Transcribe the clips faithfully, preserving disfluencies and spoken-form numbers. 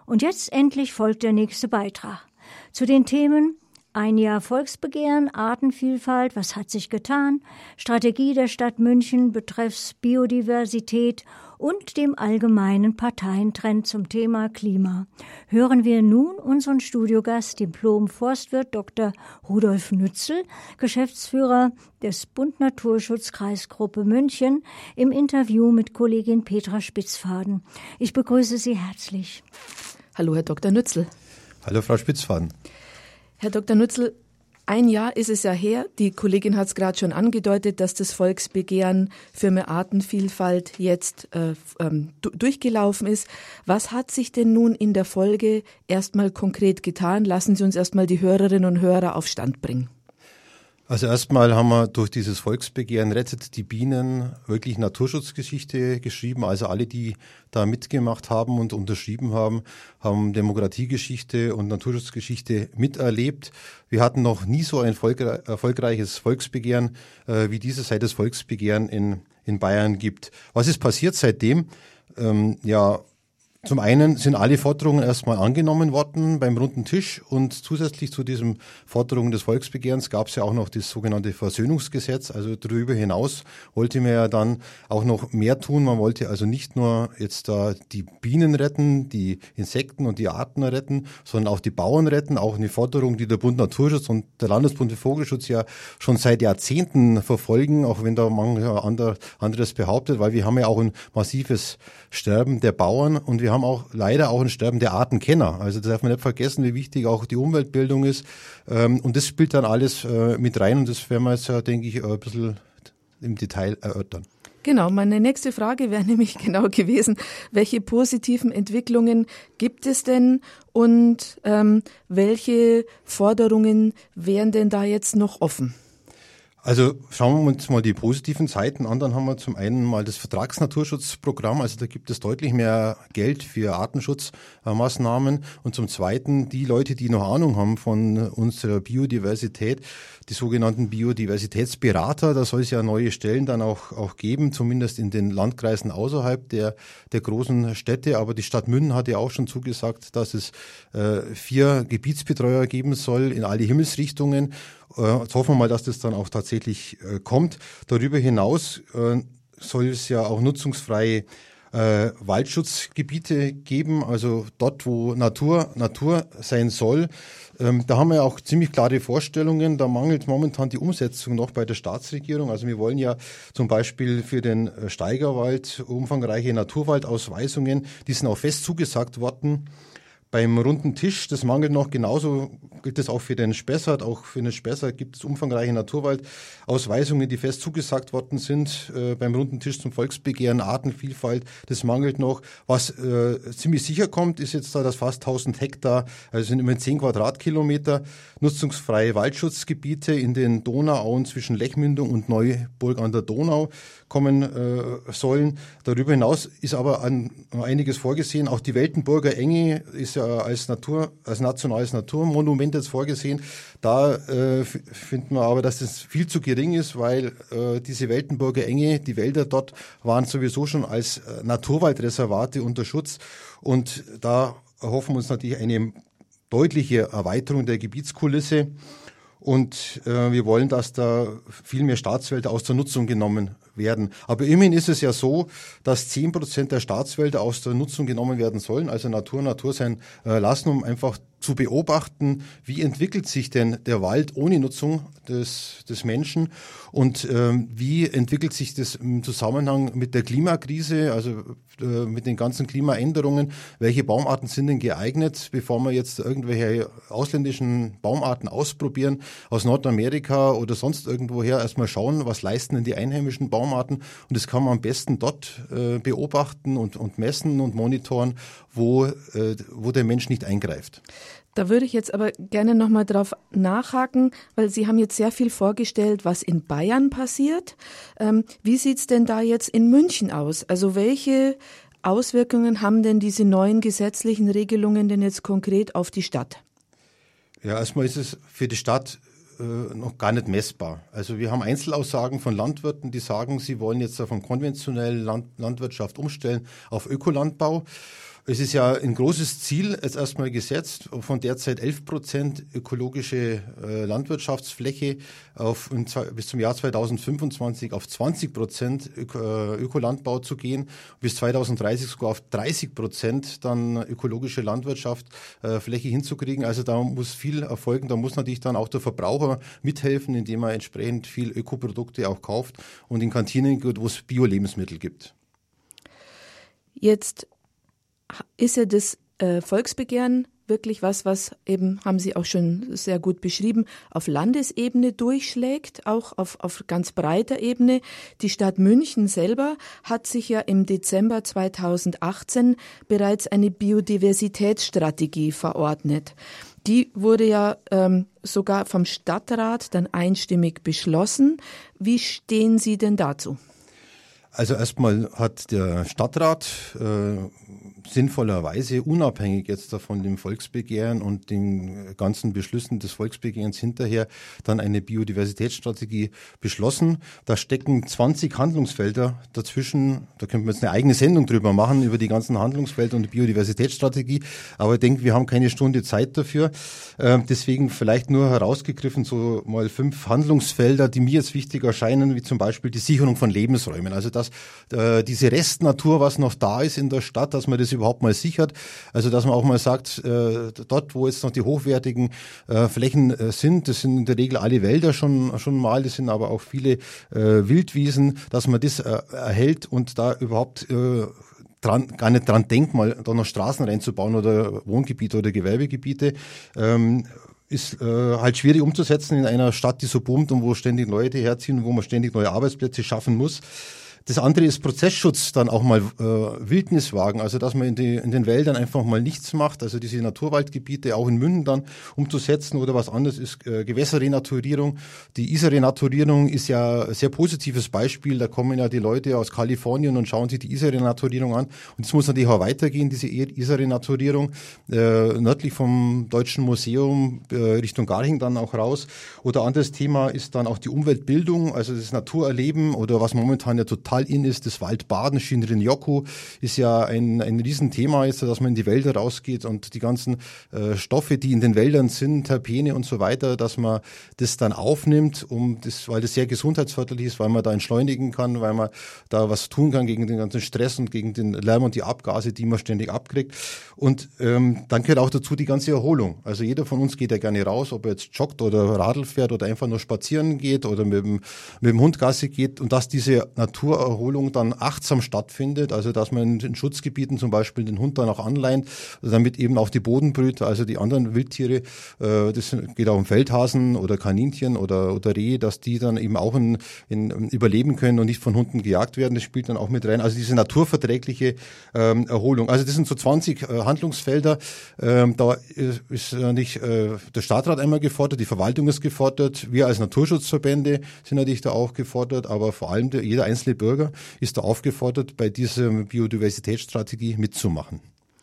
Und jetzt endlich folgt der nächste Beitrag. Zu den Themen ein Jahr Volksbegehren, Artenvielfalt, was hat sich getan, Strategie der Stadt München betreffs Biodiversität und dem allgemeinen Parteientrend zum Thema Klima. Hören wir nun unseren Studiogast, Diplom-Forstwirt Doktor Rudolf Nützel, Geschäftsführer des Bund Naturschutz-Kreisgruppe München, im Interview mit Kollegin Petra Spitzfaden. Ich begrüße Sie herzlich. Hallo, Herr Doktor Nützel. Hallo, Frau Spitzfaden. Herr Doktor Nützel, ein Jahr ist es ja her, die Kollegin hat es gerade schon angedeutet, dass das Volksbegehren für mehr Artenvielfalt jetzt äh, ähm, du- durchgelaufen ist. Was hat sich denn nun in der Folge erstmal konkret getan? Lassen Sie uns erstmal die Hörerinnen und Hörer auf Stand bringen. Also erstmal haben wir durch dieses Volksbegehren Rettet die Bienen wirklich Naturschutzgeschichte geschrieben. Also alle, die da mitgemacht haben und unterschrieben haben, haben Demokratiegeschichte und Naturschutzgeschichte miterlebt. Wir hatten noch nie so ein erfolgre- erfolgreiches Volksbegehren, äh, wie dieses, seit es Volksbegehren in, in Bayern gibt. Was ist passiert seitdem? Ähm, ja, Zum einen sind alle Forderungen erstmal angenommen worden beim runden Tisch und zusätzlich zu diesen Forderungen des Volksbegehrens gab es ja auch noch das sogenannte Versöhnungsgesetz. Also darüber hinaus wollte man ja dann auch noch mehr tun. Man wollte also nicht nur jetzt da die Bienen retten, die Insekten und die Arten retten, sondern auch die Bauern retten. Auch eine Forderung, die der Bund Naturschutz und der Landesbund für Vogelschutz ja schon seit Jahrzehnten verfolgen, auch wenn da mancher anderes behauptet, weil wir haben ja auch ein massives Sterben der Bauern und wir haben auch leider auch ein Sterben der Artenkenner. Also das darf man nicht vergessen, wie wichtig auch die Umweltbildung ist. Und das spielt dann alles mit rein und das werden wir jetzt, denke ich, ein bisschen im Detail erörtern. Genau, meine nächste Frage wäre nämlich genau gewesen, welche positiven Entwicklungen gibt es denn und ähm, welche Forderungen wären denn da jetzt noch offen? Also schauen wir uns mal die positiven Seiten an. Dann haben wir zum einen mal das Vertragsnaturschutzprogramm. Also da gibt es deutlich mehr Geld für Artenschutzmaßnahmen. Und zum Zweiten die Leute, die noch Ahnung haben von unserer Biodiversität, die sogenannten Biodiversitätsberater. Da soll es ja neue Stellen dann auch, auch geben, zumindest in den Landkreisen außerhalb der, der großen Städte. Aber die Stadt München hat ja auch schon zugesagt, dass es äh, vier Gebietsbetreuer geben soll in alle Himmelsrichtungen. Jetzt hoffen wir mal, dass das dann auch tatsächlich äh, kommt. Darüber hinaus äh, soll es ja auch nutzungsfreie äh, Waldschutzgebiete geben, also dort, wo Natur Natur sein soll. Ähm, da haben wir auch ziemlich klare Vorstellungen. Da mangelt momentan die Umsetzung noch bei der Staatsregierung. Also wir wollen ja zum Beispiel für den Steigerwald umfangreiche Naturwaldausweisungen, die sind auch fest zugesagt worden. Beim runden Tisch, das mangelt noch, genauso gilt es auch für den Spessart. Auch für den Spessart gibt es umfangreiche Naturwaldausweisungen, die fest zugesagt worden sind. Äh, beim runden Tisch zum Volksbegehren, Artenvielfalt, das mangelt noch. Was äh, ziemlich sicher kommt, ist jetzt da, dass fast tausend Hektar, also sind immerhin zehn Quadratkilometer, nutzungsfreie Waldschutzgebiete in den Donauauen zwischen Lechmündung und Neuburg an der Donau kommen äh, sollen. Darüber hinaus ist aber an, einiges vorgesehen. Auch die Weltenburger Enge ist ja als Natur, als nationales Naturmonument jetzt vorgesehen. Da äh, f- finden wir aber, dass das viel zu gering ist, weil äh, diese Weltenburger Enge, die Wälder dort waren sowieso schon als äh, Naturwaldreservate unter Schutz. Und da erhoffen wir uns natürlich eine deutliche Erweiterung der Gebietskulisse. Und äh, wir wollen, dass da viel mehr Staatswälder aus der Nutzung genommen werden. Aber immerhin ist es ja so, dass zehn Prozent der Staatswälder aus der Nutzung genommen werden sollen, also Natur Natur sein äh, lassen, um einfach zu beobachten, wie entwickelt sich denn der Wald ohne Nutzung des, des Menschen und ähm, wie entwickelt sich das im Zusammenhang mit der Klimakrise, also äh, mit den ganzen Klimaänderungen, welche Baumarten sind denn geeignet, bevor wir jetzt irgendwelche ausländischen Baumarten ausprobieren, aus Nordamerika oder sonst irgendwoher erstmal schauen, was leisten denn die einheimischen Baumarten und das kann man am besten dort äh, beobachten und, und messen und monitoren, wo, äh, wo der Mensch nicht eingreift. Da würde ich jetzt aber gerne nochmal drauf nachhaken, weil Sie haben jetzt sehr viel vorgestellt, was in Bayern passiert. Ähm, wie sieht's denn da jetzt in München aus? Also welche Auswirkungen haben denn diese neuen gesetzlichen Regelungen denn jetzt konkret auf die Stadt? Ja, erstmal ist es für die Stadt äh, noch gar nicht messbar. Also wir haben Einzelaussagen von Landwirten, die sagen, sie wollen jetzt von konventioneller Land- Landwirtschaft umstellen auf Ökolandbau. Es ist ja ein großes Ziel jetzt erstmal gesetzt, von derzeit elf Prozent ökologische äh, Landwirtschaftsfläche auf in, bis zum Jahr zweitausendfünfundzwanzig auf zwanzig Prozent Öko, äh, Ökolandbau zu gehen, bis zweitausenddreißig sogar auf dreißig Prozent dann ökologische Landwirtschaftsfläche äh, hinzukriegen. Also da muss viel erfolgen, da muss natürlich dann auch der Verbraucher mithelfen, indem er entsprechend viel Ökoprodukte auch kauft und in Kantinen geht, wo es Bio-Lebensmittel gibt. Jetzt ist ja das äh, Volksbegehren wirklich was, was eben, haben Sie auch schon sehr gut beschrieben, auf Landesebene durchschlägt, auch auf, auf ganz breiter Ebene. Die Stadt München selber hat sich ja im Dezember zweitausendachtzehn bereits eine Biodiversitätsstrategie verordnet. Die wurde ja ähm, sogar vom Stadtrat dann einstimmig beschlossen. Wie stehen Sie denn dazu? Also erstmal hat der Stadtrat äh, sinnvollerweise unabhängig jetzt davon dem Volksbegehren und den ganzen Beschlüssen des Volksbegehrens hinterher dann eine Biodiversitätsstrategie beschlossen. Da stecken zwanzig Handlungsfelder dazwischen. Da könnten wir jetzt eine eigene Sendung drüber machen, über die ganzen Handlungsfelder und die Biodiversitätsstrategie. Aber ich denke, wir haben keine Stunde Zeit dafür. Äh, deswegen vielleicht nur herausgegriffen so mal fünf Handlungsfelder, die mir jetzt wichtig erscheinen, wie zum Beispiel die Sicherung von Lebensräumen. Also das äh, diese Restnatur, was noch da ist in der Stadt, dass man das überhaupt mal sichert. Also dass man auch mal sagt, äh, dort, wo jetzt noch die hochwertigen äh, Flächen äh, sind, das sind in der Regel alle Wälder schon schon mal, das sind aber auch viele äh, Wildwiesen, dass man das äh, erhält und da überhaupt äh, dran, gar nicht dran denkt, mal da noch Straßen reinzubauen oder Wohngebiete oder Gewerbegebiete. Ähm, ist äh, halt schwierig umzusetzen in einer Stadt, die so boomt und wo ständig Leute herziehen und wo man ständig neue Arbeitsplätze schaffen muss. Das andere ist Prozessschutz, dann auch mal äh, Wildniswagen, also dass man in, die, in den Wäldern einfach mal nichts macht, also diese Naturwaldgebiete auch in München dann umzusetzen oder was anderes ist äh, Gewässerrenaturierung. Die Isar-Renaturierung ist ja ein sehr positives Beispiel, da kommen ja die Leute aus Kalifornien und schauen sich die Isar-Renaturierung an und es muss natürlich auch weitergehen, diese Isar-Renaturierung, äh, nördlich vom Deutschen Museum äh, Richtung Garching dann auch raus. Oder anderes Thema ist dann auch die Umweltbildung, also das Naturerleben oder was momentan ja total in ist, das Waldbaden, Shinrin-yoku ist ja ein, ein Riesenthema jetzt, dass man in die Wälder rausgeht und die ganzen äh, Stoffe, die in den Wäldern sind, Terpene und so weiter, dass man das dann aufnimmt, um das, weil das sehr gesundheitsförderlich ist, weil man da entschleunigen kann, weil man da was tun kann gegen den ganzen Stress und gegen den Lärm und die Abgase, die man ständig abkriegt. Und ähm, dann gehört auch dazu die ganze Erholung. Also jeder von uns geht ja gerne raus, ob er jetzt joggt oder Radl fährt oder einfach nur spazieren geht oder mit dem, mit dem Hund Gassi geht und dass diese Natur Erholung dann achtsam stattfindet, also dass man in den Schutzgebieten zum Beispiel den Hund dann auch anleint, damit eben auch die Bodenbrüter, also die anderen Wildtiere, äh, das geht auch um Feldhasen oder Kaninchen oder, oder Rehe, dass die dann eben auch in, in, überleben können und nicht von Hunden gejagt werden, das spielt dann auch mit rein. Also diese naturverträgliche ähm, Erholung. Also das sind so zwanzig äh, Handlungsfelder, ähm, da ist, ist ja nicht äh, der Stadtrat einmal gefordert, die Verwaltung ist gefordert, wir als Naturschutzverbände sind natürlich da auch gefordert, aber vor allem der, jeder einzelne Bürger ist da aufgefordert, bei dieser Biodiversitätsstrategie mitzumachen.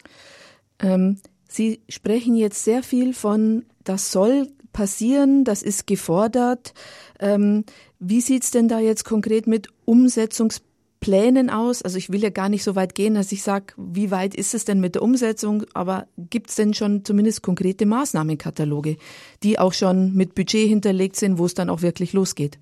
Ähm, Sie sprechen jetzt sehr viel von, das soll passieren, das ist gefordert. Ähm, wie sieht es denn da jetzt konkret mit Umsetzungsplänen aus? Also ich will ja gar nicht so weit gehen, dass ich sage, wie weit ist es denn mit der Umsetzung, aber gibt es denn schon zumindest konkrete Maßnahmenkataloge, die auch schon mit Budget hinterlegt sind, wo es dann auch wirklich losgeht?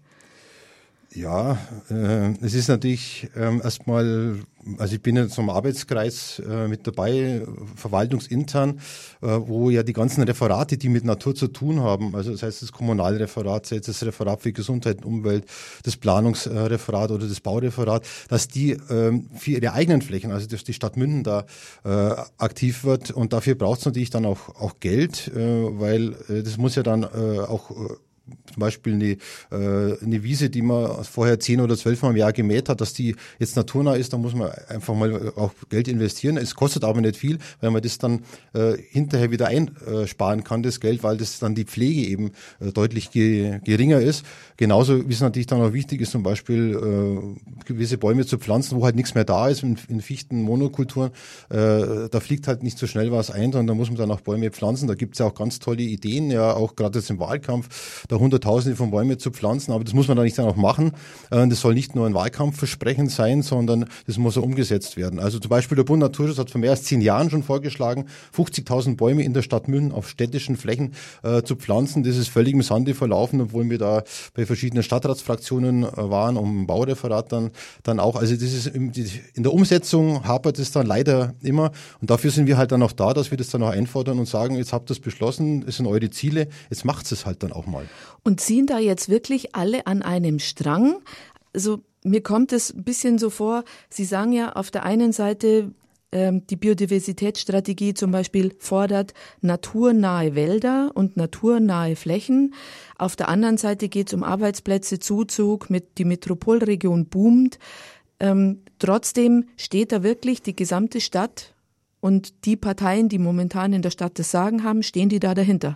Ja, äh, es ist natürlich ähm, erstmal, also ich bin jetzt im Arbeitskreis äh, mit dabei, verwaltungsintern, äh, wo ja die ganzen Referate, die mit Natur zu tun haben, also das heißt das Kommunalreferat, das Referat für Gesundheit und Umwelt, das Planungsreferat oder das Baureferat, dass die ähm, für ihre eigenen Flächen, also dass die Stadt München da äh, aktiv wird und dafür braucht es natürlich dann auch, auch Geld, äh, weil äh, das muss ja dann äh, auch äh, zum Beispiel eine, äh, eine Wiese, die man vorher zehn oder zwölf Mal im Jahr gemäht hat, dass die jetzt naturnah ist, da muss man einfach mal auch Geld investieren. Es kostet aber nicht viel, weil man das dann äh, hinterher wieder einsparen kann, das Geld, weil das dann die Pflege eben äh, deutlich ge- geringer ist. Genauso wie es natürlich dann auch wichtig ist, zum Beispiel äh, gewisse Bäume zu pflanzen, wo halt nichts mehr da ist, in, in Fichten, Monokulturen, äh, da fliegt halt nicht so schnell was ein, sondern da muss man dann auch Bäume pflanzen. Da gibt es ja auch ganz tolle Ideen, ja auch gerade jetzt im Wahlkampf, da Hunderttausende von Bäumen zu pflanzen, aber das muss man dann nicht dann auch machen. Das soll nicht nur ein Wahlkampfversprechen sein, sondern das muss auch umgesetzt werden. Also zum Beispiel der Bund Naturschutz hat vor mehr als zehn Jahren schon vorgeschlagen, fünfzigtausend Bäume in der Stadt München auf städtischen Flächen äh, zu pflanzen. Das ist völlig im Sande verlaufen, obwohl wir da bei verschiedenen Stadtratsfraktionen äh, waren, um Baureferat dann, dann auch. Also das ist in, in der Umsetzung hapert es dann leider immer und dafür sind wir halt dann auch da, dass wir das dann auch einfordern und sagen, jetzt habt ihr es beschlossen, es sind eure Ziele, jetzt macht es halt dann auch mal. Und ziehen da jetzt wirklich alle an einem Strang? Also mir kommt es ein bisschen so vor, Sie sagen ja auf der einen Seite, ähm, die Biodiversitätsstrategie zum Beispiel fordert naturnahe Wälder und naturnahe Flächen. Auf der anderen Seite geht es um Arbeitsplätze, Zuzug, mit, die Metropolregion boomt. Ähm, trotzdem steht da wirklich die gesamte Stadt und die Parteien, die momentan in der Stadt das Sagen haben, stehen die da dahinter?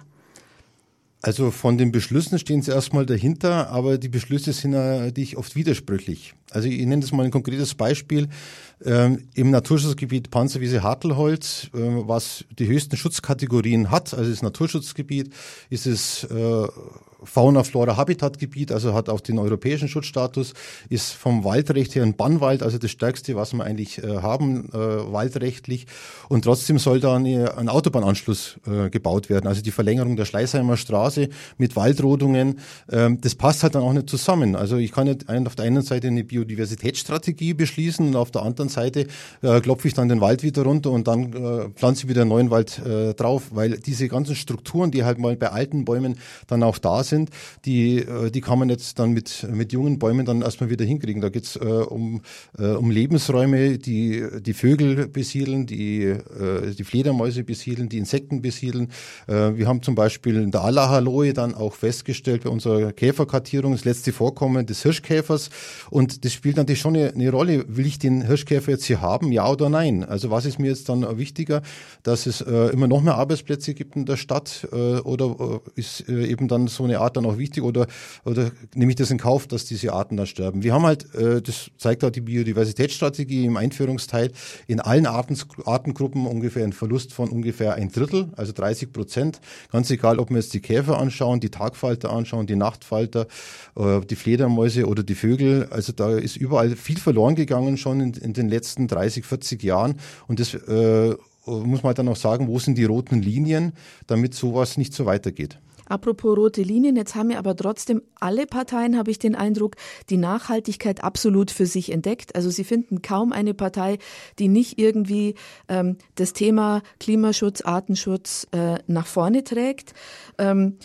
Also von den Beschlüssen stehen sie erstmal dahinter, aber die Beschlüsse sind natürlich oft widersprüchlich. Also ich nenne das mal ein konkretes Beispiel. Ähm, im Naturschutzgebiet Panzerwiese Hartelholz, äh, was die höchsten Schutzkategorien hat, also das Naturschutzgebiet, ist es äh, Fauna, Flora, Habitatgebiet, also hat auch den europäischen Schutzstatus, ist vom Waldrecht her ein Bannwald, also das stärkste, was wir eigentlich äh, haben, äh, waldrechtlich. Und trotzdem soll da eine, ein Autobahnanschluss äh, gebaut werden, also die Verlängerung der Schleißheimer Straße mit Waldrodungen. Ähm, das passt halt dann auch nicht zusammen. Also ich kann nicht auf der einen Seite eine Biodiversitätsstrategie beschließen und auf der anderen Seite äh, klopfe ich dann den Wald wieder runter und dann äh, pflanze ich wieder einen neuen Wald äh, drauf, weil diese ganzen Strukturen, die halt mal bei alten Bäumen dann auch da sind, die, die kann man jetzt dann mit, mit jungen Bäumen dann erstmal wieder hinkriegen. Da geht's äh, um, äh, um Lebensräume, die die Vögel besiedeln, die, äh, die Fledermäuse besiedeln, die Insekten besiedeln. Äh, wir haben zum Beispiel in der Allerhaloe dann auch festgestellt bei unserer Käferkartierung das letzte Vorkommen des Hirschkäfers und das spielt natürlich schon eine, eine Rolle. Will ich den Hirschkäfer jetzt hier haben, ja oder nein? Also was ist mir jetzt dann wichtiger, dass es äh, immer noch mehr Arbeitsplätze gibt in der Stadt äh, oder äh, ist äh, eben dann so eine Art dann auch wichtig oder oder nehme ich das in Kauf, dass diese Arten dann sterben? Wir haben halt, äh, das zeigt auch die Biodiversitätsstrategie im Einführungsteil, in allen Arten, Artengruppen ungefähr einen Verlust von ungefähr ein Drittel, also dreißig Prozent. Ganz egal, ob wir jetzt die Käfer anschauen, die Tagfalter anschauen, die Nachtfalter, äh, die Fledermäuse oder die Vögel. Also da ist überall viel verloren gegangen schon in, in den letzten dreißig, vierzig Jahren und das äh, muss man halt dann auch sagen, wo sind die roten Linien, damit sowas nicht so weitergeht. Apropos rote Linien, jetzt haben ja aber trotzdem alle Parteien, habe ich den Eindruck, die Nachhaltigkeit absolut für sich entdeckt. Also Sie finden kaum eine Partei, die nicht irgendwie ähm, das Thema Klimaschutz, Artenschutz äh, nach vorne trägt. Ähm,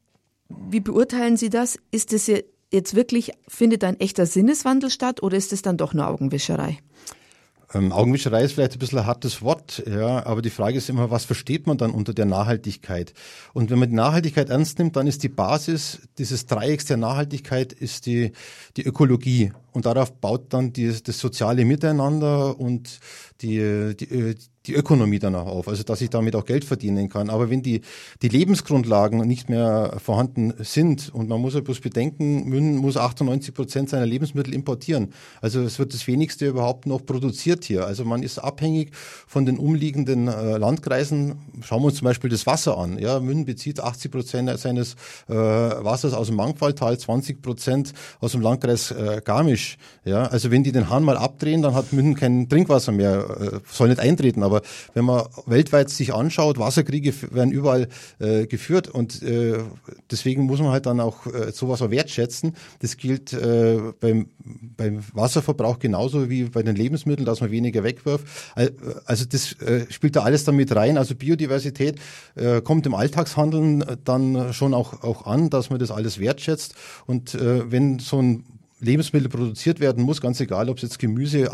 wie beurteilen Sie das? Ist es jetzt wirklich, findet ein echter Sinneswandel statt oder ist es dann doch nur Augenwischerei? Ähm, Augenwischerei ist vielleicht ein bisschen ein hartes Wort, ja, aber die Frage ist immer, was versteht man dann unter der Nachhaltigkeit? Und wenn man die Nachhaltigkeit ernst nimmt, dann ist die Basis dieses Dreiecks der Nachhaltigkeit ist die, die Ökologie. Und darauf baut dann die, das soziale Miteinander und die, die, die Ökonomie danach auf, also dass ich damit auch Geld verdienen kann. Aber wenn die, die Lebensgrundlagen nicht mehr vorhanden sind und man muss ja bloß bedenken, München muss achtundneunzig Prozent seiner Lebensmittel importieren. Also es wird das wenigste überhaupt noch produziert hier. Also man ist abhängig von den umliegenden äh, Landkreisen. Schauen wir uns zum Beispiel das Wasser an. Ja, München bezieht achtzig Prozent seines äh, Wassers aus dem Mangfalltal, zwanzig Prozent aus dem Landkreis äh, Garmisch. Ja, also wenn die den Hahn mal abdrehen, dann hat München kein Trinkwasser mehr, äh, soll nicht eintreten. Aber wenn man weltweit sich anschaut, Wasserkriege werden überall äh, geführt und äh, deswegen muss man halt dann auch äh, sowas auch wertschätzen. Das gilt äh, beim, beim Wasserverbrauch genauso wie bei den Lebensmitteln, dass man weniger wegwirft. Also das äh, spielt da alles damit rein. Also Biodiversität äh, kommt im Alltagshandeln dann schon auch, auch an, dass man das alles wertschätzt. Und äh, wenn so ein Lebensmittel produziert werden muss, ganz egal, ob es jetzt Gemüse,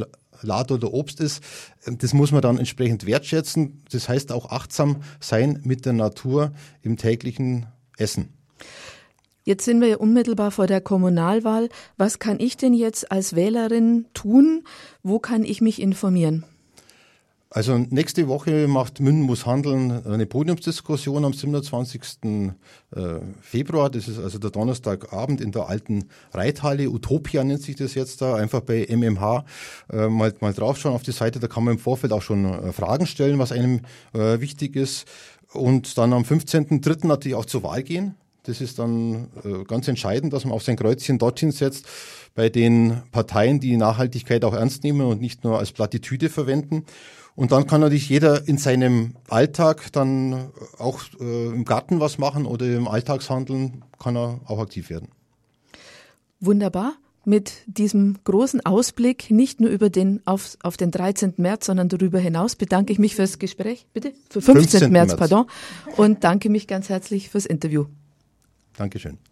Salat oder Obst ist, das muss man dann entsprechend wertschätzen. Das heißt auch achtsam sein mit der Natur im täglichen Essen. Jetzt sind wir ja unmittelbar vor der Kommunalwahl. Was kann ich denn jetzt als Wählerin tun? Wo kann ich mich informieren? Also nächste Woche macht München muss handeln eine Podiumsdiskussion am siebenundzwanzigsten Februar. Das ist also der Donnerstagabend in der alten Reithalle. Utopia nennt sich das jetzt da. Einfach bei M M H äh, mal, mal draufschauen auf die Seite. Da kann man im Vorfeld auch schon äh, Fragen stellen, was einem äh, wichtig ist. Und dann am fünfzehnten dritten natürlich auch zur Wahl gehen. Das ist dann äh, ganz entscheidend, dass man auf sein Kreuzchen dorthin setzt, bei den Parteien, die Nachhaltigkeit auch ernst nehmen und nicht nur als Plattitüde verwenden. Und dann kann natürlich jeder in seinem Alltag dann auch äh, im Garten was machen oder im Alltagshandeln kann er auch aktiv werden. Wunderbar. Mit diesem großen Ausblick, nicht nur über den auf, auf den dreizehnten März, sondern darüber hinaus, bedanke ich mich fürs Gespräch, bitte, für fünfzehnten März, pardon, und danke mich ganz herzlich fürs Interview. Dankeschön.